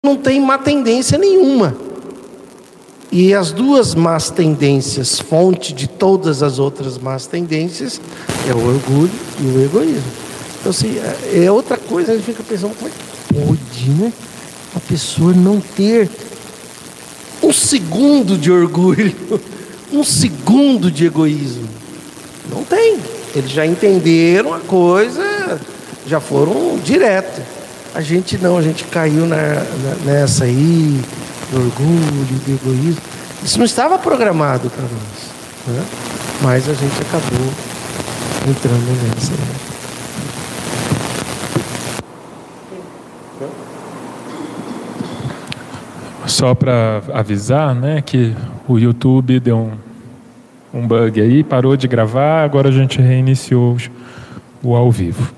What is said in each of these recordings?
não tem má tendência nenhuma. E as duas más tendências, fonte de todas as outras más tendências, é o orgulho e o egoísmo. Então, assim, é outra coisa, a gente fica pensando, como é que pode, né? A pessoa não ter um segundo de orgulho, um segundo de egoísmo. Não tem. Eles já entenderam a coisa, já foram direto. A gente não, a gente caiu nessa aí, do orgulho, do egoísmo. Isso não estava programado para nós, né? Mas a gente acabou entrando nessa, né? Só para avisar, né, que o YouTube deu um bug aí, parou de gravar, agora a gente reiniciou o ao vivo.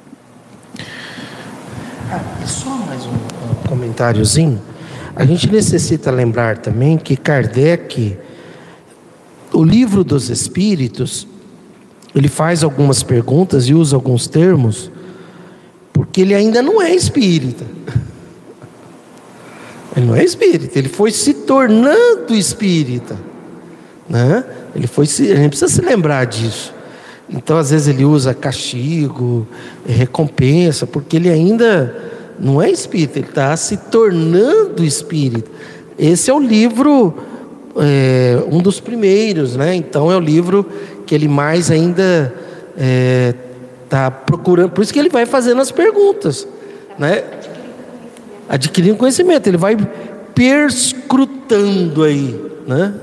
Só mais um comentáriozinho. A gente necessita lembrar também que Kardec, o Livro dos Espíritos, ele faz algumas perguntas e usa alguns termos, porque ele ainda não é espírita. Ele não é espírita, ele foi se tornando espírita, né? A gente precisa se lembrar disso. Então, às vezes, ele usa castigo, recompensa, porque ele ainda não é espírita, ele está se tornando espírita. Esse é o livro, um dos primeiros, né? Então, é o livro que ele mais ainda está procurando. Por isso que ele vai fazendo as perguntas, né? Adquirindo conhecimento, ele vai perscrutando aí, né?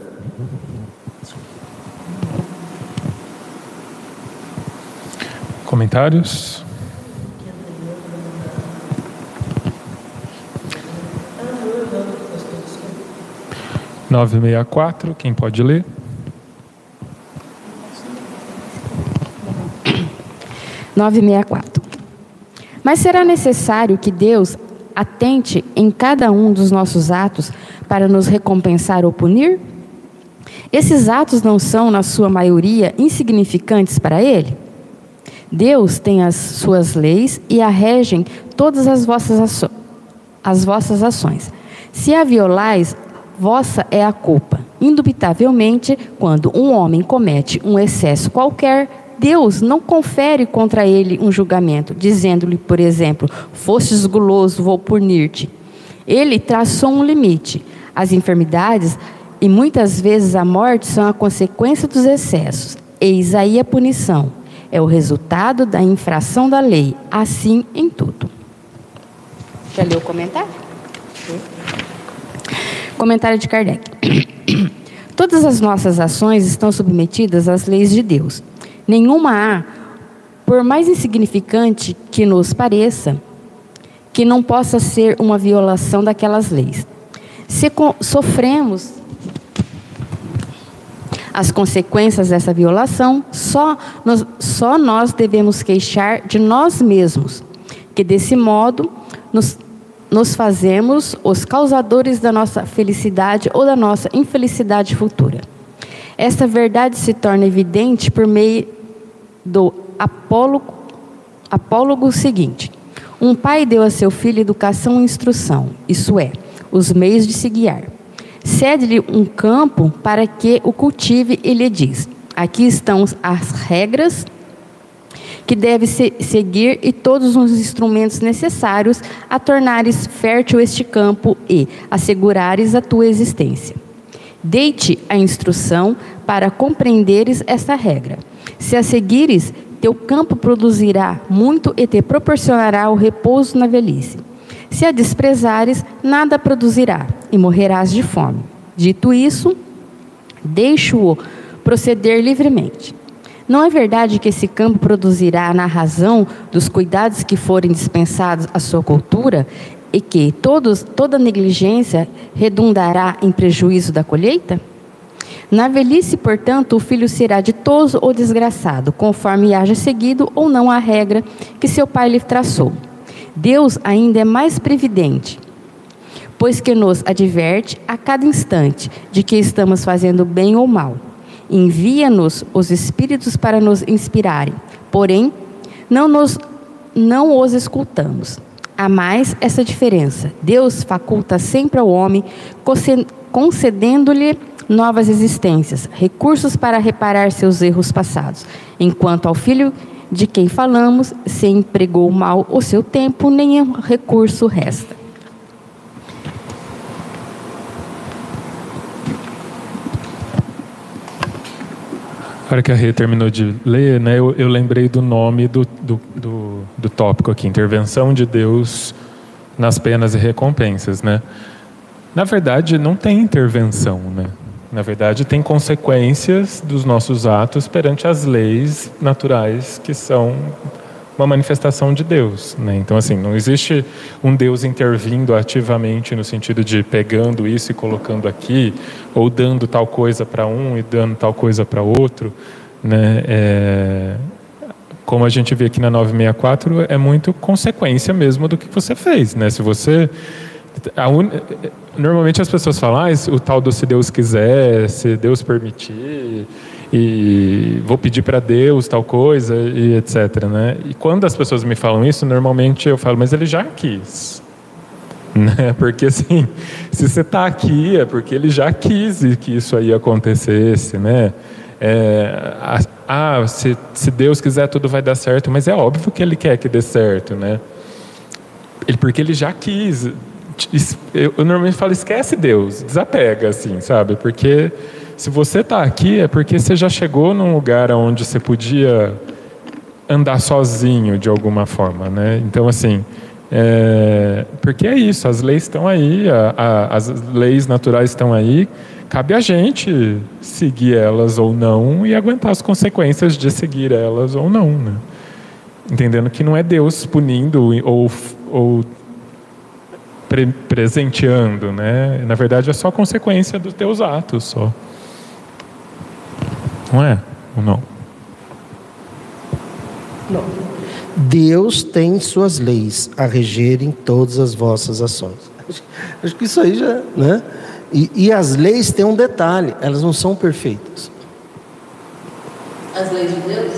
Comentários? (964), quem pode ler? Mas será necessário que Deus atente em cada um dos nossos atos para nos recompensar ou punir? Esses atos não são, na sua maioria, insignificantes para Ele? Deus tem as suas leis e a regem todas as vossas ações. Se a violais, vossa é a culpa. Indubitavelmente, quando um homem comete um excesso qualquer, Deus não confere contra ele um julgamento, dizendo-lhe, por exemplo, fostes guloso, vou punir-te. Ele traçou um limite. As enfermidades e muitas vezes a morte são a consequência dos excessos. Eis aí a punição. É o resultado da infração da lei, assim em tudo. Já leu o comentário? Comentário de Kardec. Todas as nossas ações estão submetidas às leis de Deus. Nenhuma há, por mais insignificante que nos pareça, que não possa ser uma violação daquelas leis. Se sofremos as consequências dessa violação, só nós devemos queixar de nós mesmos, que desse modo nos fazemos os causadores da nossa felicidade ou da nossa infelicidade futura. Esta verdade se torna evidente por meio do apólogo seguinte: um pai deu a seu filho educação e instrução, isso é, os meios de se guiar. Cede-lhe um campo para que o cultive e lhe diz: aqui estão as regras que deve seguir e todos os instrumentos necessários a tornares fértil este campo e assegurares a tua existência. Dei-te a instrução para compreenderes esta regra. Se a seguires, teu campo produzirá muito e te proporcionará o repouso na velhice. Se a desprezares, nada produzirá e morrerás de fome. Dito isso, deixo-o proceder livremente. Não é verdade que esse campo produzirá na razão dos cuidados que forem dispensados à sua cultura e que toda negligência redundará em prejuízo da colheita? Na velhice, portanto, o filho será ditoso ou desgraçado, conforme haja seguido ou não a regra que seu pai lhe traçou. Deus ainda é mais previdente, pois que nos adverte a cada instante de que estamos fazendo bem ou mal. Envia-nos os Espíritos para nos inspirarem, porém, não os escutamos. Há mais essa diferença. Deus faculta sempre ao homem, concedendo-lhe novas existências, recursos para reparar seus erros passados. Enquanto ao filho de quem falamos, se empregou mal o seu tempo, nenhum recurso resta. Na hora que a Rê terminou de ler, né, eu lembrei do nome do tópico aqui, intervenção de Deus nas penas e recompensas, né? Na verdade, não tem intervenção, né? Na verdade, tem consequências dos nossos atos perante as leis naturais que são uma manifestação de Deus, né? Então, assim, não existe um Deus intervindo ativamente no sentido de pegando isso e colocando aqui, ou dando tal coisa para um e dando tal coisa para outro, né? Como a gente vê aqui na 964, é muito consequência mesmo do que você fez, né? Se você... Normalmente as pessoas falam, o tal do se Deus quiser, se Deus permitir, e vou pedir para Deus tal coisa, e etc, né? E quando as pessoas me falam isso, normalmente eu falo, mas ele já quis, né? Porque assim, se você está aqui é porque ele já quis que isso aí acontecesse, né? Se Deus quiser tudo vai dar certo, mas é óbvio que ele quer que dê certo, né? Porque ele já quis. Eu normalmente falo, esquece Deus, desapega, assim, sabe? Porque se você está aqui é porque você já chegou num lugar onde você podia andar sozinho de alguma forma, né? Então, assim, porque é isso, as leis estão aí, as leis naturais estão aí, cabe a gente seguir elas ou não e aguentar as consequências de seguir elas ou não, né? Entendendo que não é Deus punindo ou presenteando, né? Na verdade é só consequência dos teus atos, só. Não é? Ou não? Não. Deus tem suas leis a regerem todas as vossas ações. Acho que isso aí já, né? E as leis têm um detalhe, elas não são perfeitas. As leis de Deus?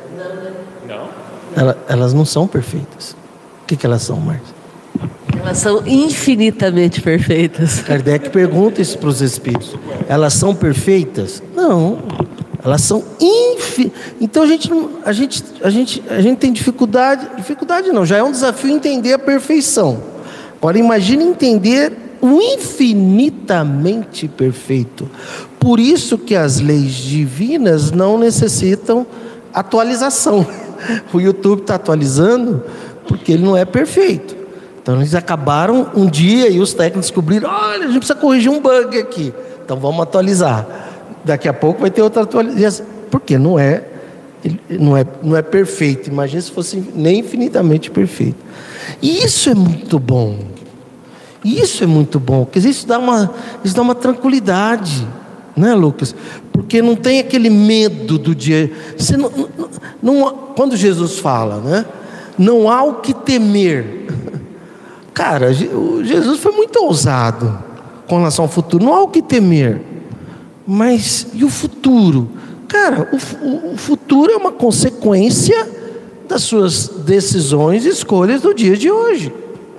Não? Elas não são perfeitas. O que elas são, Marcia? Elas são infinitamente perfeitas. Kardec pergunta isso para os espíritos. Elas são perfeitas? Não. Elas são Então a gente tem dificuldade não, já é um desafio entender a perfeição. Agora imagine entender o infinitamente perfeito. Por isso que as leis divinas não necessitam atualização. O YouTube está atualizando porque ele não é perfeito. Então eles acabaram um dia e os técnicos descobriram, olha, a gente precisa corrigir um bug aqui. Então vamos atualizar. Daqui a pouco vai ter outra atualização. Porque não é perfeito. Imagina se fosse nem infinitamente perfeito. E isso é muito bom. Isso é muito bom. Porque isso dá uma tranquilidade. Né, Lucas? Porque não tem aquele medo do dia. Você quando Jesus fala, né? Não há o que temer. Cara, Jesus foi muito ousado com relação ao futuro. Não há o que temer. Mas e o futuro? Cara, o futuro é uma consequência das suas decisões e escolhas do dia de hoje.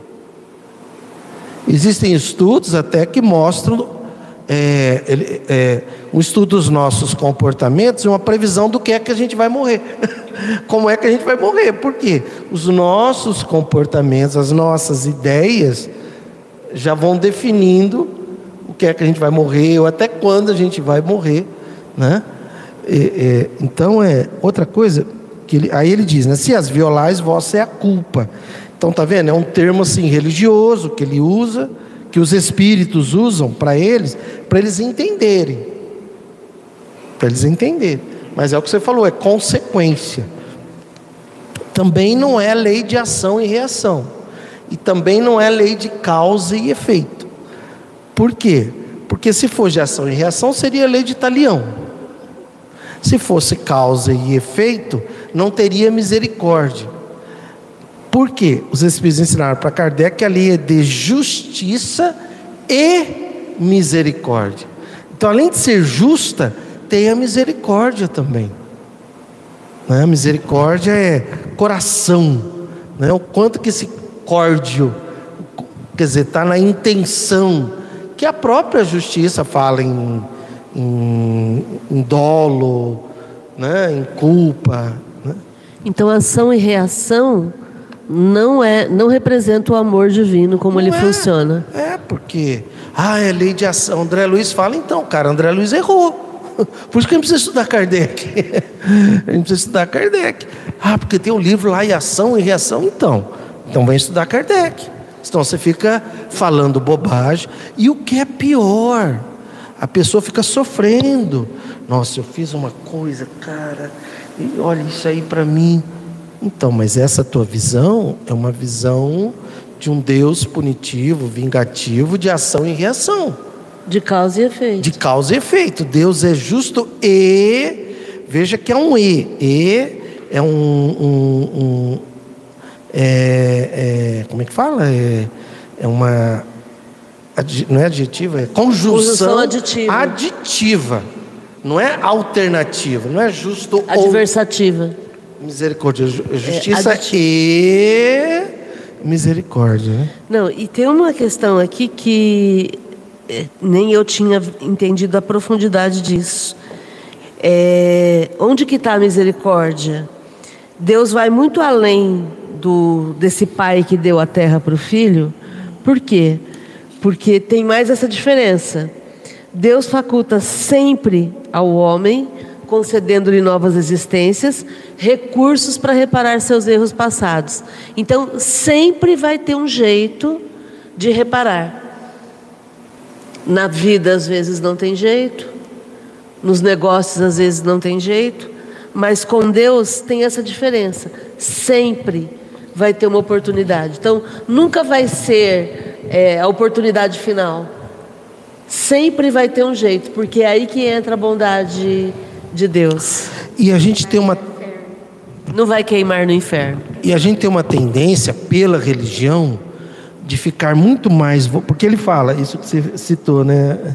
Existem estudos até que mostram um estudo dos nossos comportamentos e uma previsão do que é que a gente vai morrer. Como é que a gente vai morrer? Por quê? Os nossos comportamentos, as nossas ideias já vão definindo o que é que a gente vai morrer ou até quando a gente vai morrer, né? Então outra coisa que aí ele diz, né? Se as violais, vossa é a culpa. Então tá vendo? É um termo assim religioso que ele usa, que os espíritos usam para eles entenderem. Para eles entenderem. Mas é o que você falou, é consequência. Também não é lei de ação e reação. E também não é lei de causa e efeito. Por quê? Porque se fosse de ação e reação, seria lei de talião. Se fosse causa e efeito, não teria misericórdia. Por quê? Os Espíritos ensinaram para Kardec que a lei é de justiça e misericórdia. Então, além de ser justa, tem a misericórdia também. Né? A misericórdia é coração. Né? O quanto que esse concórdio, quer dizer, está na intenção, que a própria justiça fala em dolo, né, em culpa, né? Então, ação e reação não representa o amor divino como ele funciona. Porque é lei de ação. André Luiz fala, então, cara, André Luiz errou. Por isso que a gente precisa estudar Kardec. A gente precisa estudar Kardec. Porque tem um livro lá, e ação e reação, então vem estudar Kardec. Então você fica falando bobagem. E o que é pior, a pessoa fica sofrendo. Nossa, eu fiz uma coisa, cara, e olha isso aí para mim. Então, mas essa tua visão é uma visão de um Deus punitivo, vingativo, de ação e reação. De causa e efeito. De causa e efeito. Deus é justo e... Veja que é um e é como é que fala? É uma... Não é adjetiva, é conjunção aditiva. Não é alternativa, não é justo adversativa. Misericórdia, justiça e misericórdia, né? Não, e tem uma questão aqui que nem eu tinha entendido a profundidade disso. Onde que está a misericórdia? Deus vai muito além desse pai que deu a terra para o filho. Por quê? Porque tem mais essa diferença. Deus faculta sempre ao homem, concedendo-lhe novas existências, recursos para reparar seus erros passados. Então, sempre vai ter um jeito de reparar. Na vida, às vezes, não tem jeito. Nos negócios, às vezes, não tem jeito. Mas com Deus tem essa diferença. Sempre vai ter uma oportunidade. Então, nunca vai ser a oportunidade final. Sempre vai ter um jeito, porque é aí que entra a bondade de Deus. E a gente tem uma... Não vai queimar no inferno. E a gente tem uma tendência, pela religião, de ficar muito mais... Porque ele fala, isso que você citou, né?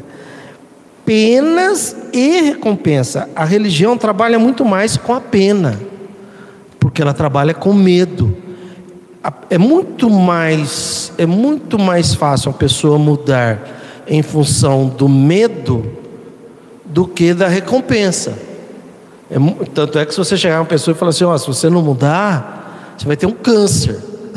Penas e recompensa. A religião trabalha muito mais com a pena, porque ela trabalha com medo. É muito mais fácil a pessoa mudar em função do medo do que da recompensa. Tanto é que se você chegar uma pessoa e falar assim, se você não mudar, você vai ter um câncer.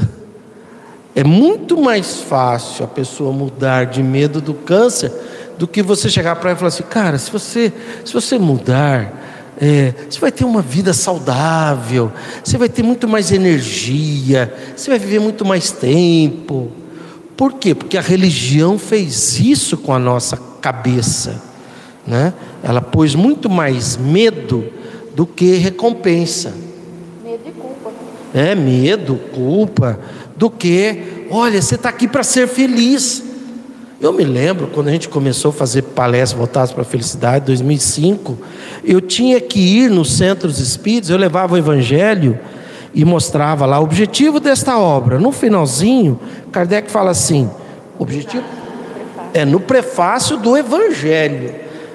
É muito mais fácil a pessoa mudar de medo do câncer do que você chegar para ela e falar assim, cara, se você mudar, você vai ter uma vida saudável, você vai ter muito mais energia, você vai viver muito mais tempo. Por quê? Porque a religião fez isso com a nossa cabeça, né? Ela pôs muito mais medo do que recompensa. Medo e culpa. Medo, culpa, do que, olha, você está aqui para ser feliz. Eu me lembro, quando a gente começou a fazer palestras voltadas para a felicidade, em 2005, eu tinha que ir nos centros espíritas, eu levava o evangelho e mostrava lá o objetivo desta obra. No finalzinho, Kardec fala assim, objetivo no prefácio do evangelho.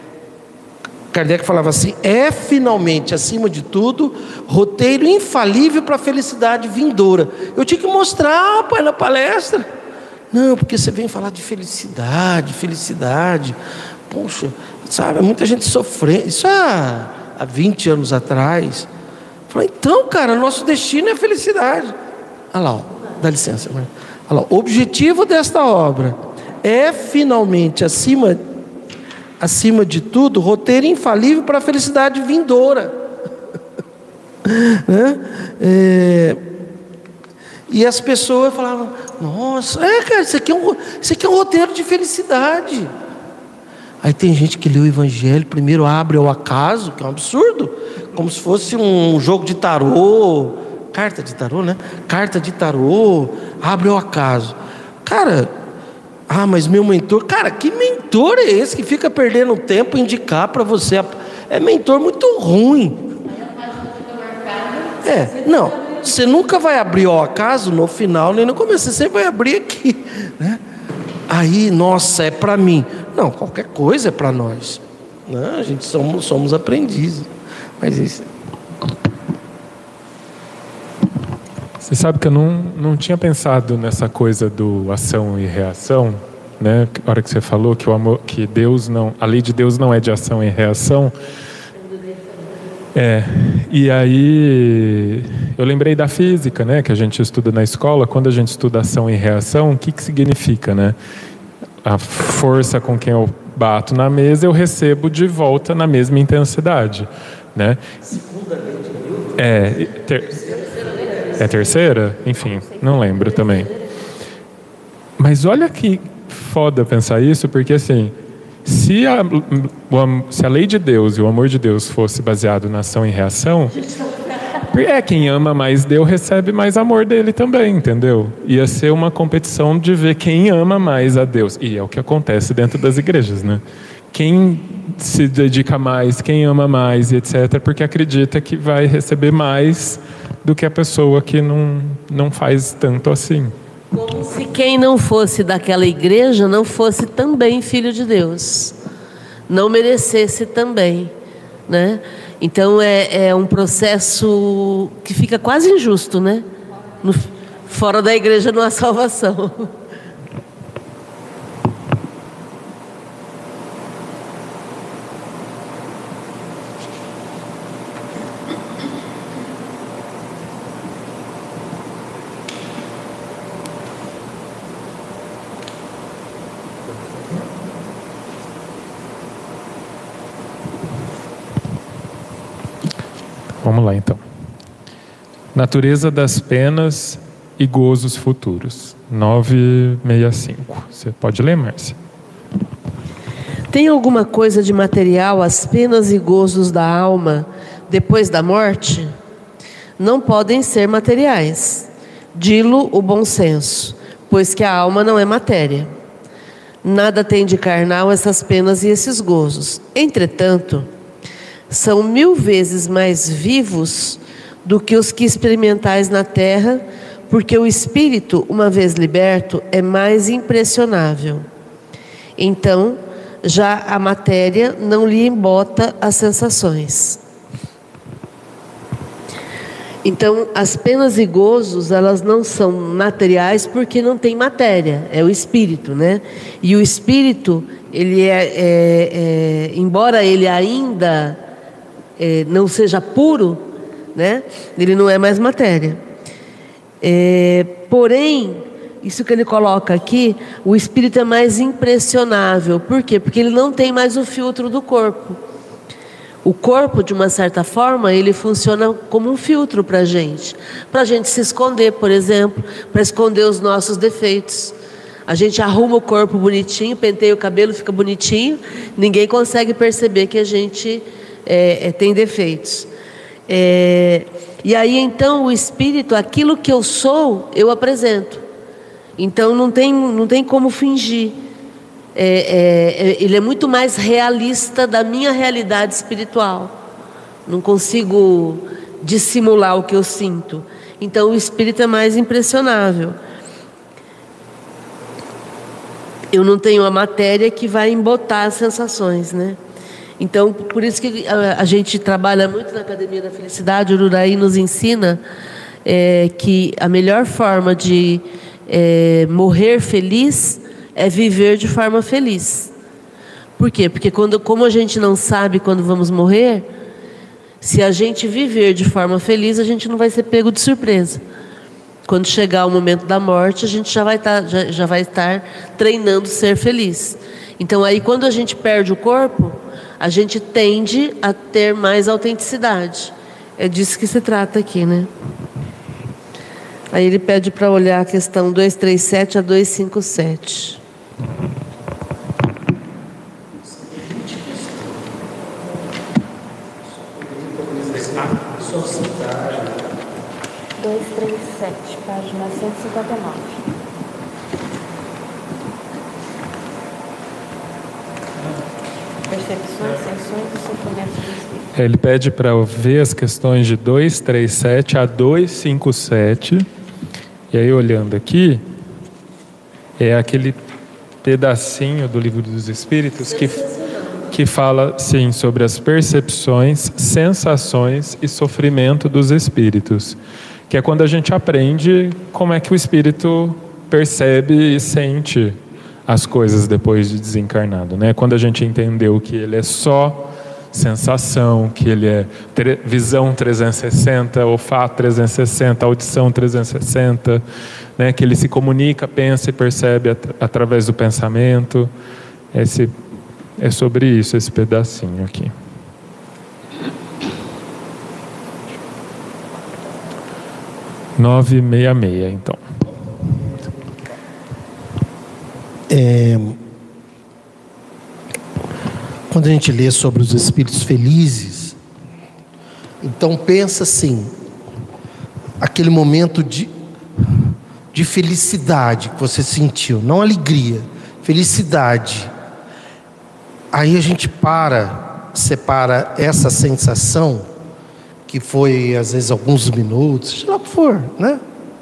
Kardec falava assim, finalmente, acima de tudo, roteiro infalível para a felicidade vindoura. Eu tinha que mostrar, pai, na palestra. Não, porque você vem falar de felicidade. Poxa, sabe, muita gente sofrendo. Isso há 20 anos atrás. Falei, então, cara, nosso destino é felicidade. Olha lá, dá licença. Olha lá, o objetivo desta obra é finalmente, acima de tudo, roteiro infalível para a felicidade vindoura. E as pessoas falavam, nossa, cara, isso aqui é um roteiro de felicidade. Aí tem gente que lê o evangelho, primeiro abre ao acaso, que é um absurdo, como se fosse um jogo de tarô, carta de tarô, né? Carta de tarô, abre ao acaso. Cara, mas meu mentor, cara, que mentor é esse que fica perdendo tempo em indicar para você? É mentor muito ruim. Não, você nunca vai abrir ao acaso no final, nem no começo, você sempre vai abrir aqui, né? Aí, nossa, é para mim. Não, qualquer coisa é para nós. Não, a gente somos aprendizes. Mas isso. Você sabe que eu não tinha pensado nessa coisa do ação e reação, né? A hora que você falou que o amor, que Deus não, a lei de Deus não é de ação e reação. E aí eu lembrei da física, né? Que a gente estuda na escola. Quando a gente estuda ação e reação, o que significa, né? A força com quem eu bato na mesa, eu recebo de volta na mesma intensidade, né? Segunda lei de Newton? É terceira? Enfim, não lembro também. Mas olha que foda pensar isso, porque assim, se a lei de Deus e o amor de Deus fosse baseado na ação e reação, quem ama mais Deus recebe mais amor dele também, entendeu? Ia ser uma competição de ver quem ama mais a Deus. E é o que acontece dentro das igrejas, né? Quem se dedica mais, quem ama mais, e etc., porque acredita que vai receber mais do que a pessoa que não faz tanto assim. Como se quem não fosse daquela igreja não fosse também filho de Deus, não merecesse também, né? Então é um processo que fica quase injusto, né? Fora da igreja não há salvação. Vamos lá, então. Natureza das penas e gozos futuros. 965. Você pode ler, Márcia? Tem alguma coisa de material as penas e gozos da alma depois da morte? Não podem ser materiais. Dilo o bom senso, pois que a alma não é matéria. Nada tem de carnal essas penas e esses gozos. Entretanto, são 1000 vezes mais vivos do que os que experimentais na terra, porque o espírito, uma vez liberto, é mais impressionável. Então, já a matéria não lhe embota as sensações. Então, as penas e gozos, elas não são materiais porque não tem matéria, é o espírito, né? E o espírito, ele embora ele ainda não seja puro, né? Ele não é mais matéria. Porém, isso que ele coloca aqui, o espírito é mais impressionável. Por quê? Porque ele não tem mais o filtro do corpo. O corpo, de uma certa forma, ele funciona como um filtro para a gente se esconder, por exemplo, para esconder os nossos defeitos. A gente arruma o corpo bonitinho, penteia o cabelo, fica bonitinho, ninguém consegue perceber que a gente tem defeitos. E aí então o espírito, aquilo que eu sou, eu apresento. Então não tem como fingir. Ele é muito mais realista da minha realidade espiritual. Não consigo dissimular o que eu sinto. Então o espírito é mais impressionável. Eu não tenho a matéria que vai embotar as sensações, né? Então, por isso que a gente trabalha muito na Academia da Felicidade. O Ururaí nos ensina que a melhor forma de morrer feliz é viver de forma feliz. Por quê? Porque como a gente não sabe quando vamos morrer, se a gente viver de forma feliz, a gente não vai ser pego de surpresa. Quando chegar o momento da morte, a gente já vai estar treinando ser feliz. Então aí quando a gente perde o corpo, a gente tende a ter mais autenticidade. É disso que se trata aqui, né? Aí ele pede para olhar a questão 237 a 257. Página 159. Percepções, sensações e sofrimentos do espírito. Ele pede para ver as questões de 237 a 257. E aí, olhando aqui, é aquele pedacinho do Livro dos Espíritos que fala, sim, sobre as percepções, sensações e sofrimento dos espíritos. que é quando a gente aprende como é que o espírito percebe e sente as coisas depois de desencarnado, né? Quando a gente entendeu que ele é só sensação, que ele é visão 360, olfato 360, audição 360, né? Que ele se comunica, pensa e percebe através do pensamento. É sobre isso, esse pedacinho aqui. (966), então. Quando a gente lê sobre os espíritos felizes, então pensa assim, aquele momento de felicidade que você sentiu, não alegria, felicidade. Aí a gente separa essa sensação, que foi às vezes alguns minutos, seja lá o que for, né?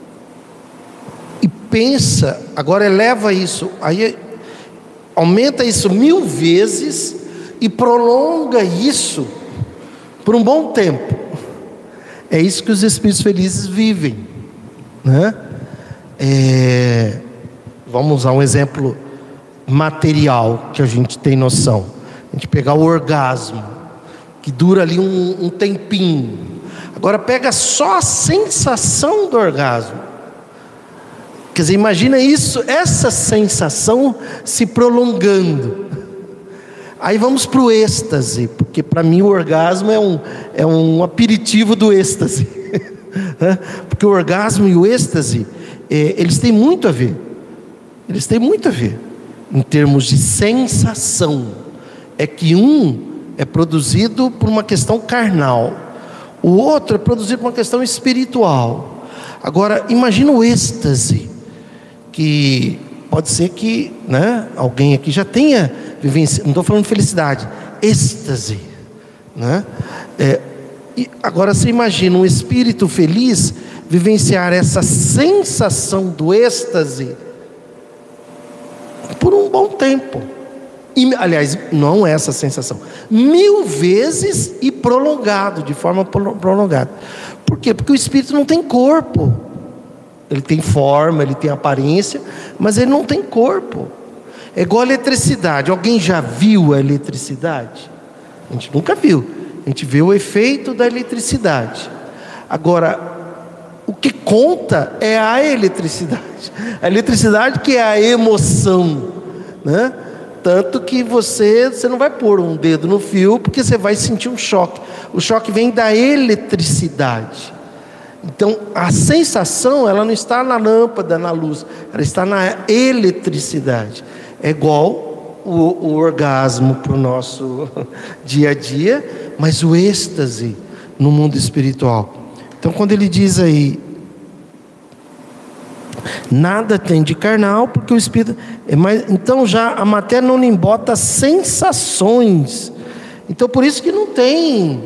E pensa, agora eleva isso, aí aumenta isso 1000 vezes e prolonga isso por um bom tempo. É isso que os espíritos felizes vivem, né? Vamos usar um exemplo material que a gente tem noção. A gente pegar o orgasmo, que dura ali um tempinho. Agora pega só a sensação do orgasmo. Quer dizer, imagina isso, essa sensação se prolongando. Aí vamos para o êxtase, porque para mim o orgasmo é um aperitivo do êxtase. Porque o orgasmo e o êxtase, eles têm muito a ver. Eles têm muito a ver. Em termos de sensação. É que um é produzido por uma questão carnal. O outro é produzido por uma questão espiritual. Agora, imagina o êxtase. Que pode ser que, né, alguém aqui já tenha vivência, não estou falando de felicidade, êxtase, né? E agora você imagina um espírito feliz vivenciar essa sensação do êxtase por um bom tempo. E, aliás, não é essa sensação, 1000 vezes e prolongado, de forma prolongada. Por quê? Porque o espírito não tem corpo. Ele tem forma, ele tem aparência, mas ele não tem corpo. É igual a eletricidade. Alguém já viu a eletricidade? A gente nunca viu. A gente vê o efeito da eletricidade. Agora, o que conta é a eletricidade. A eletricidade que é a emoção, né? Tanto que você não vai pôr um dedo no fio, porque você vai sentir um choque. O choque vem da eletricidade. Então a sensação, ela não está na lâmpada, na luz, ela está na eletricidade. É igual o orgasmo para o nosso dia a dia, mas o êxtase no mundo espiritual. Então quando ele diz aí, nada tem de carnal, porque o espírito é mais. Então já a matéria não lhe embota sensações. Então por isso que não tem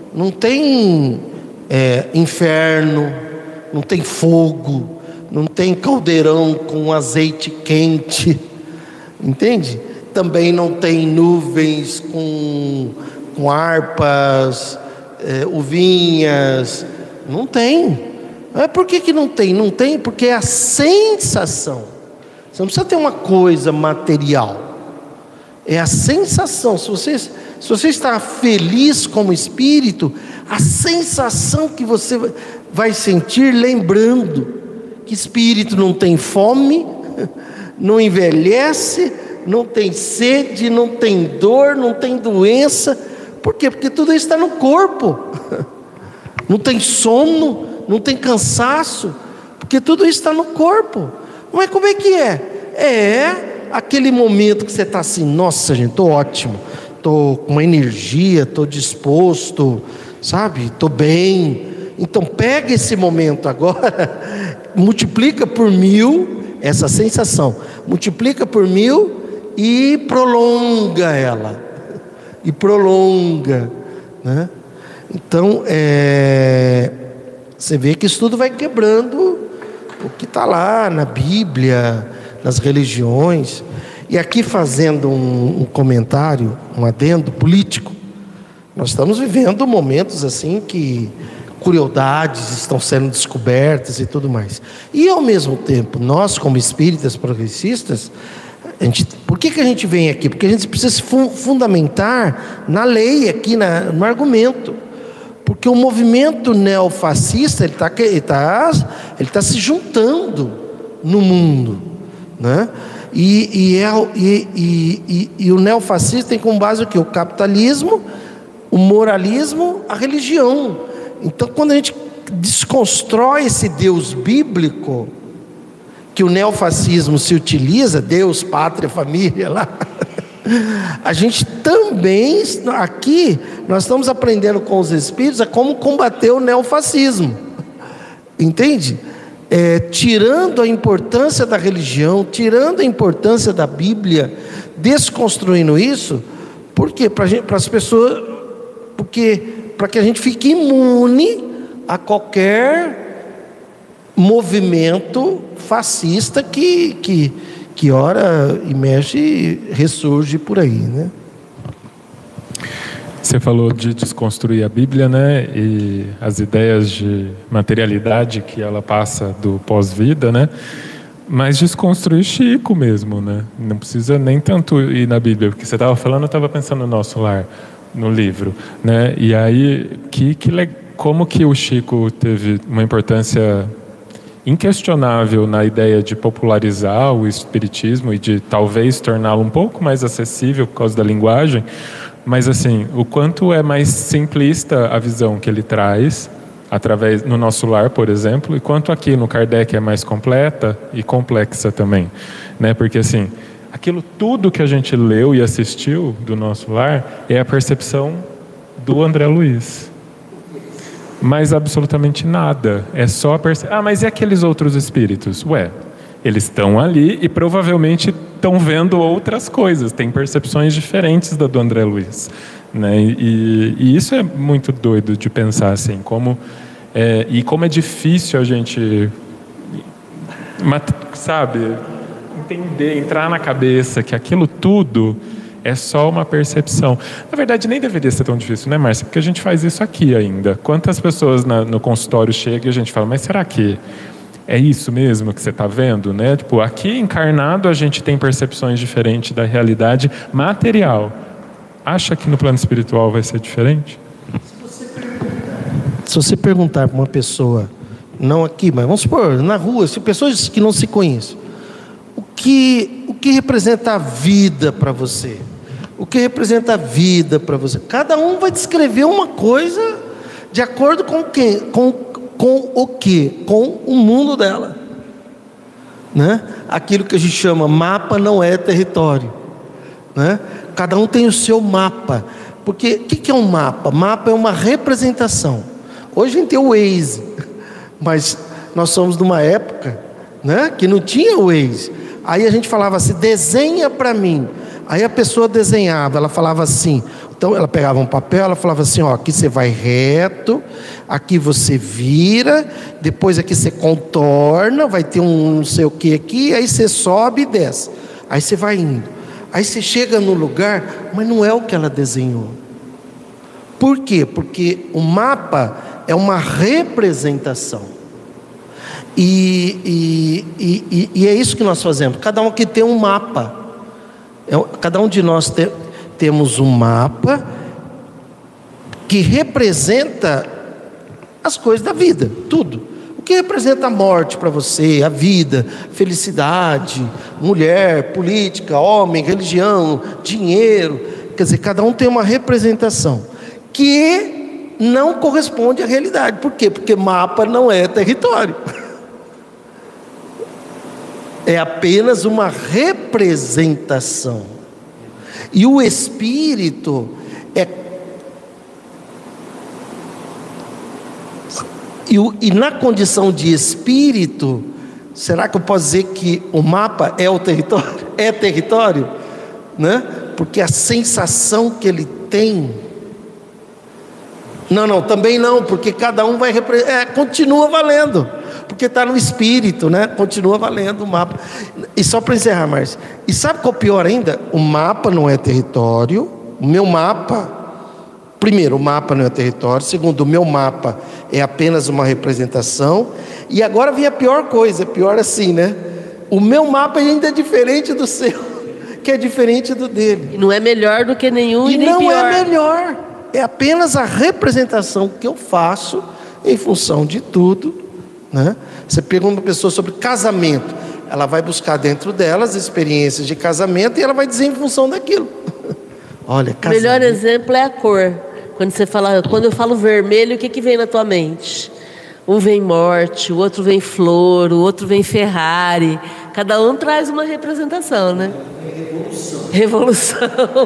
inferno, não tem fogo, não tem caldeirão com azeite quente, entende? Também não tem nuvens com harpas, uvinhas, não tem. Por que não tem? Não tem porque é a sensação. Você não precisa ter uma coisa material, é a sensação. Se você está feliz como espírito, a sensação que você vai sentir, lembrando que espírito não tem fome, não envelhece, não tem sede, não tem dor, não tem doença. Por quê? Porque tudo isso está no corpo. Não tem sono, não tem cansaço, porque tudo isso está no corpo. Mas como é que é? É aquele momento que você está assim, nossa gente, estou ótimo, estou com uma energia, estou disposto, sabe, estou bem. Então pega esse momento agora, multiplica por 1000 essa sensação, multiplica por 1000 e prolonga ela, e prolonga, né? Então você vê que isso tudo vai quebrando o que está lá na Bíblia, nas religiões. E aqui fazendo um comentário, um adendo político, nós estamos vivendo momentos assim que, crueldades estão sendo descobertas e tudo mais. E ao mesmo tempo, nós como espíritas progressistas, por que a gente vem aqui? Porque a gente precisa se fundamentar na lei aqui, no argumento. Porque o movimento neofascista ele tá se juntando no mundo, né? E o neofascista tem como base o quê? O capitalismo, o moralismo, a religião. Então, quando a gente desconstrói esse Deus bíblico que o neofascismo se utiliza, Deus, pátria, família lá, a gente também, aqui, nós estamos aprendendo com os espíritos a como combater o neofascismo, entende? Tirando a importância da religião, tirando a importância da Bíblia, desconstruindo isso. Por quê? Para as pessoas, para que a gente fique imune a qualquer movimento fascista que ora emerge e ressurge por aí, né? Você falou de desconstruir a Bíblia, né? E as ideias de materialidade que ela passa do pós-vida, né? Mas desconstruir Chico mesmo, né? Não precisa nem tanto ir na Bíblia, porque você estava falando, eu estava pensando no Nosso Lar, no livro, né? E aí, como que o Chico teve uma importância inquestionável na ideia de popularizar o espiritismo e de talvez torná-lo um pouco mais acessível por causa da linguagem, mas assim, o quanto é mais simplista a visão que ele traz através no Nosso Lar, por exemplo, e quanto aqui no Kardec é mais completa e complexa também, né? Porque assim, aquilo tudo que a gente leu e assistiu do Nosso Lar é a percepção do André Luiz. Mas absolutamente nada. É só mas e aqueles outros espíritos? Eles estão ali e provavelmente estão vendo outras coisas, têm percepções diferentes da do André Luiz, né? E isso é muito doido de pensar assim, como é difícil a gente, sabe, entender, entrar na cabeça que aquilo tudo é só uma percepção. Na verdade, nem deveria ser tão difícil, né, Márcia? Porque a gente faz isso aqui ainda. Quantas pessoas no consultório chegam e a gente fala, mas será que é isso mesmo que você está vendo, né? Tipo, aqui encarnado a gente tem percepções diferentes da realidade material. Acha que no plano espiritual vai ser diferente? Se você perguntar para uma pessoa, não aqui, mas vamos supor, na rua, pessoas que não se conhecem, o que representa a vida para você? O que representa a vida para você? Cada um vai descrever uma coisa de acordo com quem? Com o quê? Com o mundo dela, né? Aquilo que a gente chama mapa não é território, né? Cada um tem o seu mapa. Porque o que é um mapa? Mapa é uma representação. Hoje a gente tem o Waze, mas nós somos de uma época, né, que não tinha o Waze. Aí a gente falava assim, desenha para mim. Aí a pessoa desenhava, ela falava assim, então ela pegava um papel, ela falava assim, aqui você vai reto, aqui você vira, depois aqui você contorna, vai ter um não sei o que aqui, aí você sobe e desce, aí você vai indo, aí você chega no lugar, mas não é o que ela desenhou. Por quê? Porque o mapa é uma representação. E é isso que nós fazemos. Cada um aqui tem um mapa. Cada um de nós temos um mapa que representa as coisas da vida, tudo. O que representa a morte para você, a vida, felicidade, mulher, política, homem, religião, dinheiro. Quer dizer, cada um tem uma representação que não corresponde à realidade. Por quê? Porque mapa não é território. É apenas uma representação. E o espírito e na condição de espírito, será que eu posso dizer que o mapa é o território? É território, né? Porque a sensação que ele tem. Não, também não, porque cada um vai continua valendo. Porque está no espírito, né? Continua valendo o mapa. E só para encerrar, Márcia, e sabe qual é o pior ainda? O mapa não é território. O meu mapa primeiro, o mapa não é território. Segundo, o meu mapa é apenas uma representação. E agora vem a pior coisa, pior assim, né? O meu mapa ainda é diferente do seu, que é diferente do dele. E não é melhor do que nenhum e nem não pior. é melhor. É apenas a representação que eu faço em função de tudo, né? Você pergunta uma pessoa sobre casamento, ela vai buscar dentro dela as experiências de casamento e ela vai dizer em função daquilo. Olha, o melhor exemplo é a cor. Quando eu falo vermelho, o que vem na tua mente? Um vem morte, o outro vem flor, o outro vem Ferrari. Cada um traz uma representação, né? Revolução.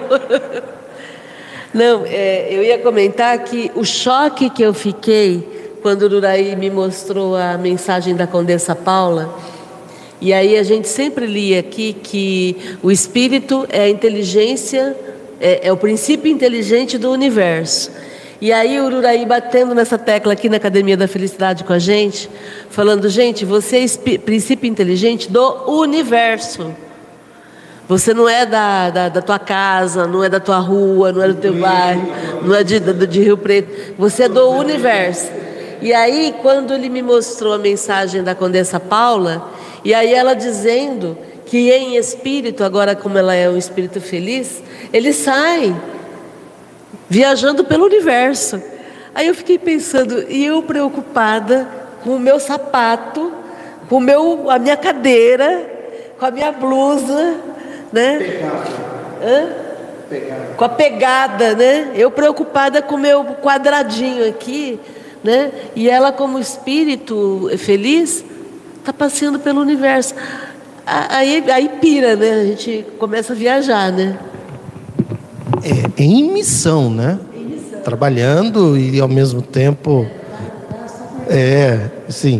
Não, eu ia comentar que o choque que eu fiquei quando o Uraí me mostrou a mensagem da Condessa Paula, e aí a gente sempre lia aqui que o espírito é a inteligência, é o princípio inteligente do universo. E aí o Uraí batendo nessa tecla aqui na Academia da Felicidade com a gente, falando, gente, você é princípio inteligente do universo. Você não é da tua casa, não é da tua rua, não é do teu bairro, não é de Rio Preto. Você é do universo. E aí, quando ele me mostrou a mensagem da Condessa Paula, e aí ela dizendo que em espírito, agora como ela é um espírito feliz, ele sai viajando pelo universo. Aí eu fiquei pensando, e eu preocupada com o meu sapato, com a minha cadeira, com a minha blusa, né? Com a pegada, né? Eu preocupada com o meu quadradinho aqui, né? E ela, como espírito feliz, está passeando pelo universo. Aí pira, né? A gente começa a viajar, né? Em missão, né? Trabalhando e ao mesmo tempo... sim.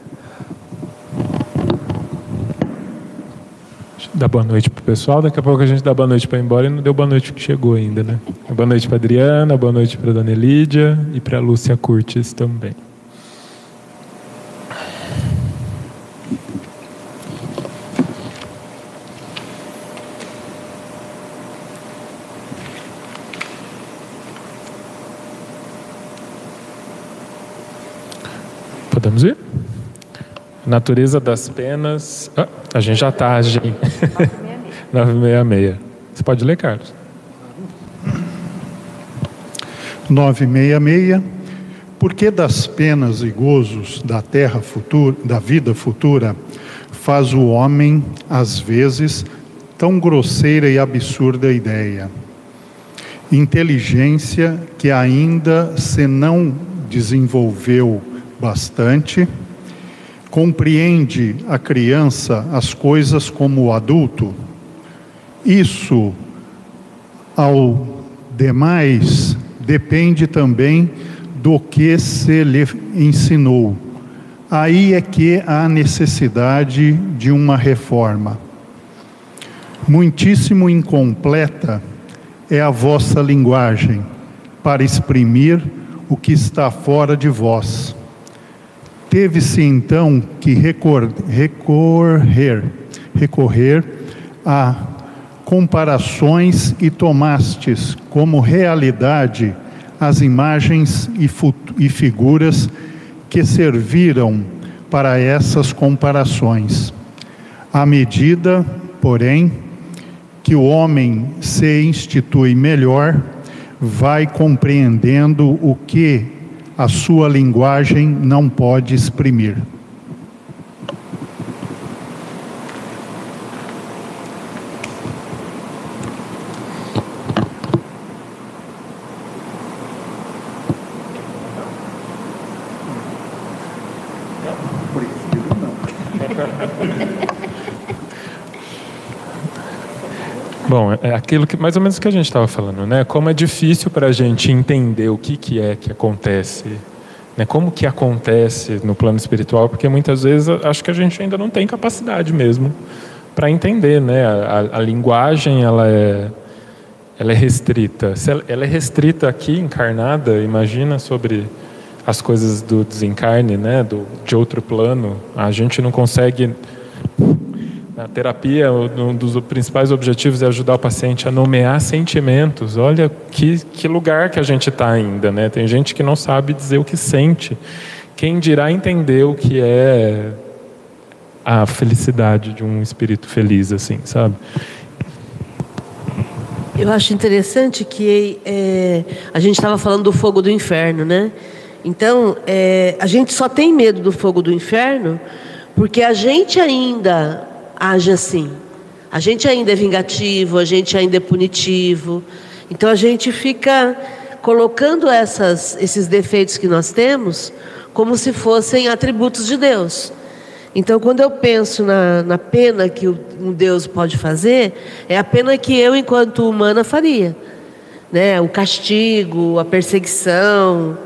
Dá boa noite pro pessoal, daqui a pouco a gente dá boa noite para ir embora e não deu boa noite que chegou ainda, né? Boa noite para Adriana, boa noite para Dona Elídia e para Lúcia Curtis também. Podemos ir? Natureza das penas. A gente já está, gente. 966. Você pode ler, Carlos? 966. Porque das penas e gozos da terra futura, da vida futura, faz o homem, às vezes, tão grosseira e absurda ideia. Inteligência que ainda se não desenvolveu bastante, compreende a criança as coisas como o adulto. Isso, ao demais, depende também do que se lhe ensinou. Aí é que há necessidade de uma reforma. Muitíssimo incompleta é a vossa linguagem para exprimir o que está fora de vós. Teve-se então que recorrer a comparações e tomastes como realidade as imagens e figuras que serviram para essas comparações. À medida, porém, que o homem se institui melhor, vai compreendendo o que a sua linguagem não pode exprimir. Bom, é aquilo que mais ou menos que a gente estava falando, né? Como é difícil para a gente entender o que é que acontece, né? Como que acontece no plano espiritual, porque muitas vezes acho que a gente ainda não tem capacidade mesmo para entender, né? A linguagem ela é restrita. Se ela é restrita aqui, encarnada, imagina sobre as coisas do desencarne, né? De outro plano, a gente não consegue Na terapia, um dos principais objetivos é ajudar o paciente a nomear sentimentos. Olha que lugar que a gente está ainda, né? Tem gente que não sabe dizer o que sente. Quem dirá entender o que é a felicidade de um espírito feliz, assim, sabe? Eu acho interessante que a gente estava falando do fogo do inferno, né? Então, a gente só tem medo do fogo do inferno porque a gente ainda age assim. A gente ainda é vingativo, a gente ainda é punitivo. Então, a gente fica colocando esses defeitos que nós temos como se fossem atributos de Deus. Então, quando eu penso na pena que um Deus pode fazer, é a pena que eu, enquanto humana, faria, né? O castigo, a perseguição,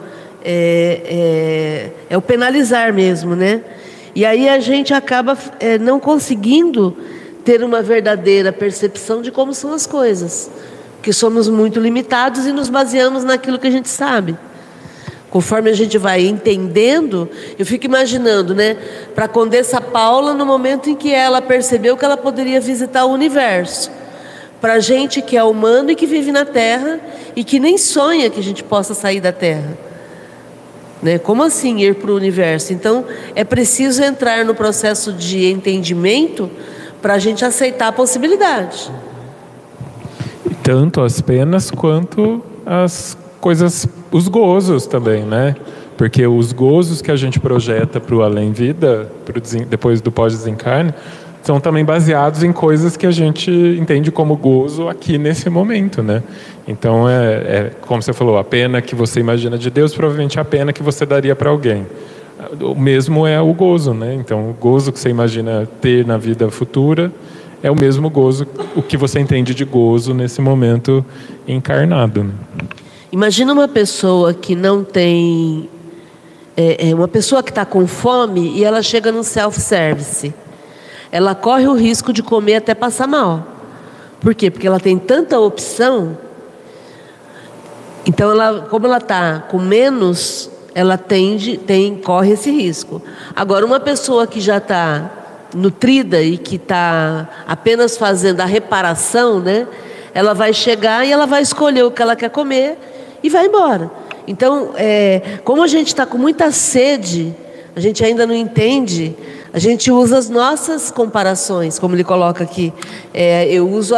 é o penalizar mesmo, né? E aí a gente acaba não conseguindo ter uma verdadeira percepção de como são as coisas, porque somos muito limitados e nos baseamos naquilo que a gente sabe. Conforme a gente vai entendendo, eu fico imaginando, né, para a Condessa Paula, no momento em que ela percebeu que ela poderia visitar o universo. Para a gente que é humano e que vive na Terra e que nem sonha que a gente possa sair da Terra. Né? Como assim ir para o universo? Então, é preciso entrar no processo de entendimento para a gente aceitar a possibilidade. Tanto as penas quanto as coisas, os gozos também, né? Porque os gozos que a gente projeta para o além-vida, depois do pós-desencarne, são também baseados em coisas que a gente entende como gozo aqui nesse momento, né? Então, como você falou, a pena que você imagina de Deus, provavelmente é a pena que você daria para alguém. O mesmo é o gozo, né? Então, o gozo que você imagina ter na vida futura é o mesmo gozo, o que você entende de gozo nesse momento encarnado, né? Imagina uma pessoa que não tem... uma pessoa que está com fome e ela chega no self-service. Ela corre o risco de comer até passar mal. Por quê? Porque ela tem tanta opção. Então, como ela está com menos, ela corre esse risco. Agora, uma pessoa que já está nutrida e que está apenas fazendo a reparação, né? Ela vai chegar e ela vai escolher o que ela quer comer e vai embora. Então, como a gente está com muita sede, a gente ainda não entende, a gente usa as nossas comparações, como ele coloca aqui. Eu uso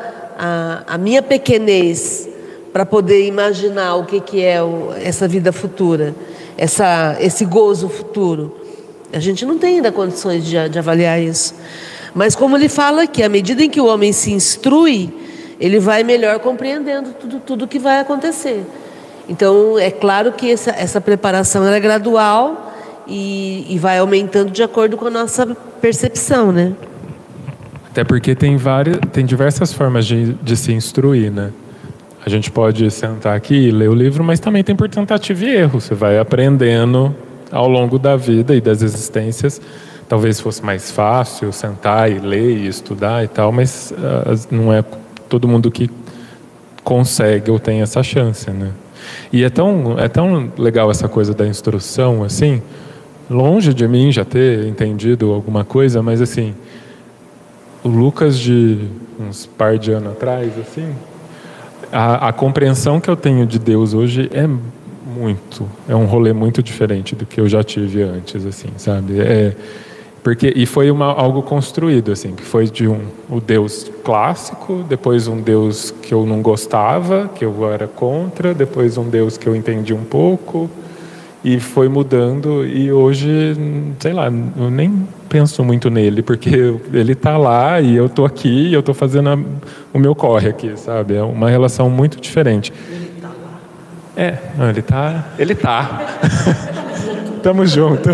a minha pequenez para poder imaginar o que é essa vida futura, esse gozo futuro. A gente não tem ainda condições de avaliar isso. Mas como ele fala aqui, à medida em que o homem se instrui, ele vai melhor compreendendo tudo que vai acontecer. Então, é claro que essa preparação é gradual e vai aumentando de acordo com a nossa percepção, né? Até porque tem diversas formas de se instruir, né? A gente pode sentar aqui e ler o livro, mas também tem por tentativa e erro. Você vai aprendendo ao longo da vida e das existências. Talvez fosse mais fácil sentar e ler e estudar e tal, mas não é todo mundo que consegue ou tem essa chance, né? E é tão legal essa coisa da instrução, assim, longe de mim já ter entendido alguma coisa, mas assim, o Lucas de uns par de anos atrás, assim, a compreensão que eu tenho de Deus hoje é um rolê muito diferente do que eu já tive antes, assim, sabe? E foi algo construído, assim, que foi de o Deus clássico, depois um Deus que eu não gostava, que eu era contra, depois um Deus que eu entendi um pouco, e foi mudando, e hoje, sei lá, eu nem penso muito nele, porque ele está lá, e eu estou aqui, e eu estou fazendo o meu corre aqui, sabe? É uma relação muito diferente. Ele está lá. Ele tá. Tamo junto.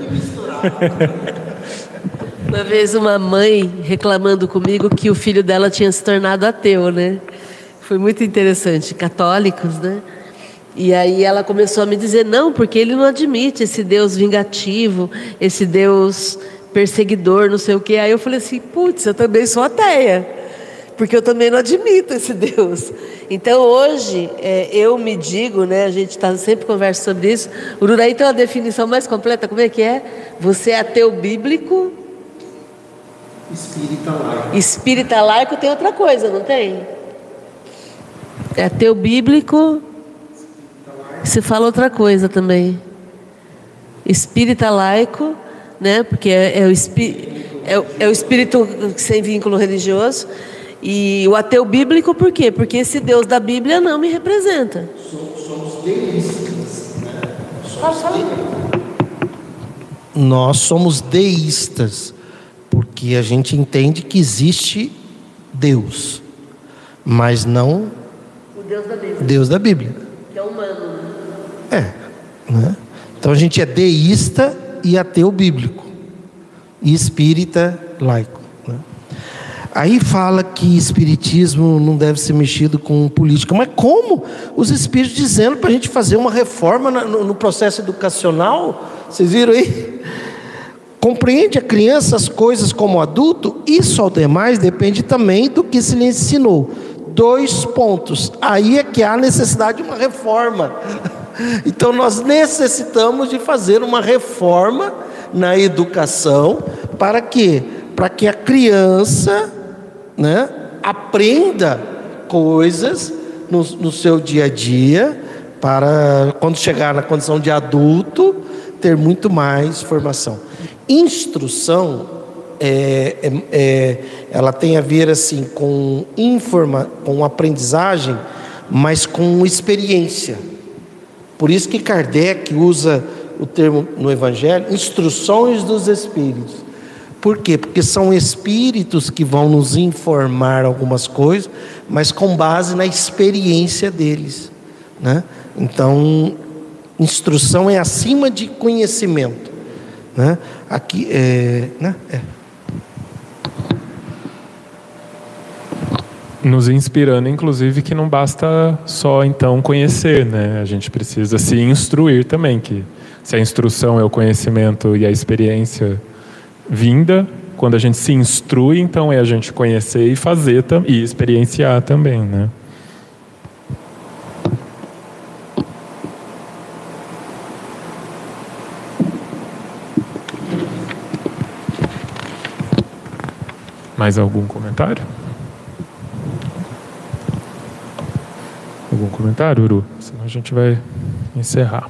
Uma vez uma mãe reclamando comigo que o filho dela tinha se tornado ateu, né? Foi muito interessante, católicos, né? E aí ela começou a me dizer, não, porque ele não admite esse Deus vingativo, esse Deus perseguidor, não sei o quê. Aí eu falei assim, putz, eu também sou ateia, porque eu também não admito esse Deus. Então hoje, eu me digo, né, a gente sempre conversa sobre isso, o Ururaí tem uma definição mais completa, como é que é? Você é ateu bíblico Espírita laico. Espírita laico tem outra coisa, não tem? É ateu bíblico. Se fala outra coisa também. Espírita laico, né? Porque é o espírito sem vínculo religioso. E o ateu bíblico, por quê? Porque esse Deus da Bíblia não me representa. Somos deístas, né? Nós somos deístas, porque a gente entende que existe Deus, mas não O Deus da Bíblia. Deus da Bíblia. Que é humano. Né? Então a gente é deísta e ateu bíblico, e espírita laico, né? Aí fala que espiritismo não deve ser mexido com política. Mas como? Os espíritos dizendo para a gente fazer uma reforma no processo educacional. Vocês viram aí? Compreende a criança as coisas como adulto? Isso ao demais depende também do que se lhe ensinou. 2 pontos. Aí é que há necessidade de uma reforma. Então nós necessitamos de fazer uma reforma na educação. Para quê? Para que a criança, né, aprenda coisas no seu dia a dia, para quando chegar na condição de adulto ter muito mais formação. Instrução ela tem a ver assim com aprendizagem, mas com experiência. Por isso que Kardec usa o termo no Evangelho, instruções dos Espíritos. Por quê? Porque são espíritos que vão nos informar algumas coisas, mas com base na experiência deles, né? Então, instrução é acima de conhecimento, né? Aqui Nos inspirando, inclusive, que não basta só então conhecer, né? A gente precisa se instruir também, que se a instrução é o conhecimento e a experiência vinda, quando a gente se instrui, então é a gente conhecer e fazer e experienciar também, né? Mais algum comentário? Algum comentário, Uru? Senão a gente vai encerrar.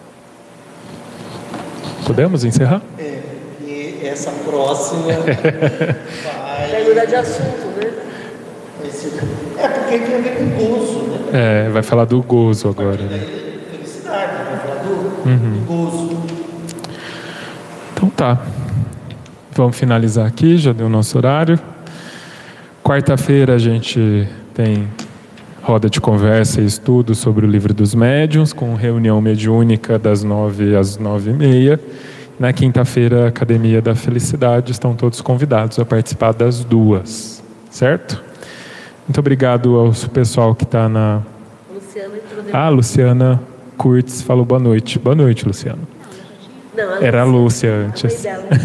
Podemos encerrar? E essa próxima Vai mudar de assunto, né? porque tem a ver com gozo, né? Vai falar do gozo agora, né? Felicidade, vai falar do gozo. Então tá. Vamos finalizar aqui, já deu o nosso horário. Quarta-feira a gente tem roda de conversa e estudo sobre o Livro dos Médiuns, com reunião mediúnica das 9 às 9h30. Na quinta-feira, Academia da Felicidade. Estão todos convidados a participar das 2, certo? Muito obrigado ao pessoal que está na... Luciana Kurtz falou boa noite. Boa noite, Luciana. Não, Era a Lúcia antes.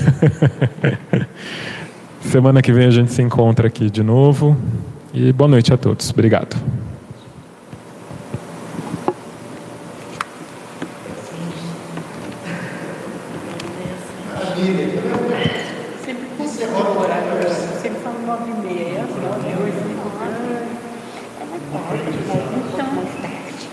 Semana que vem a gente se encontra aqui de novo. E boa noite a todos. Obrigado. Sempre conserva o horário, sempre falo 9h30, às 9 hoje. É mais tarde, então mais tarde.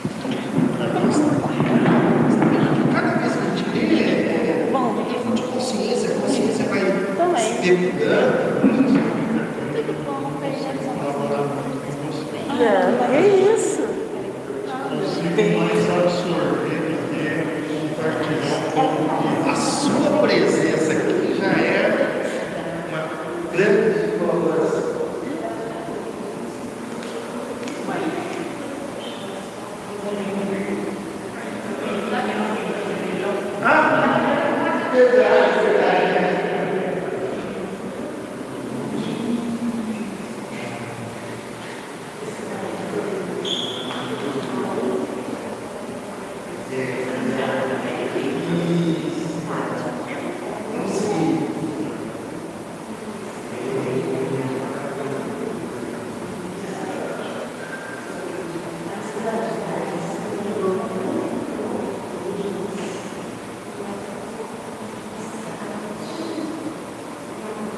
Cada vez que a gente lê, Bom, a consciência vai também. depurando. É isso. A sua presença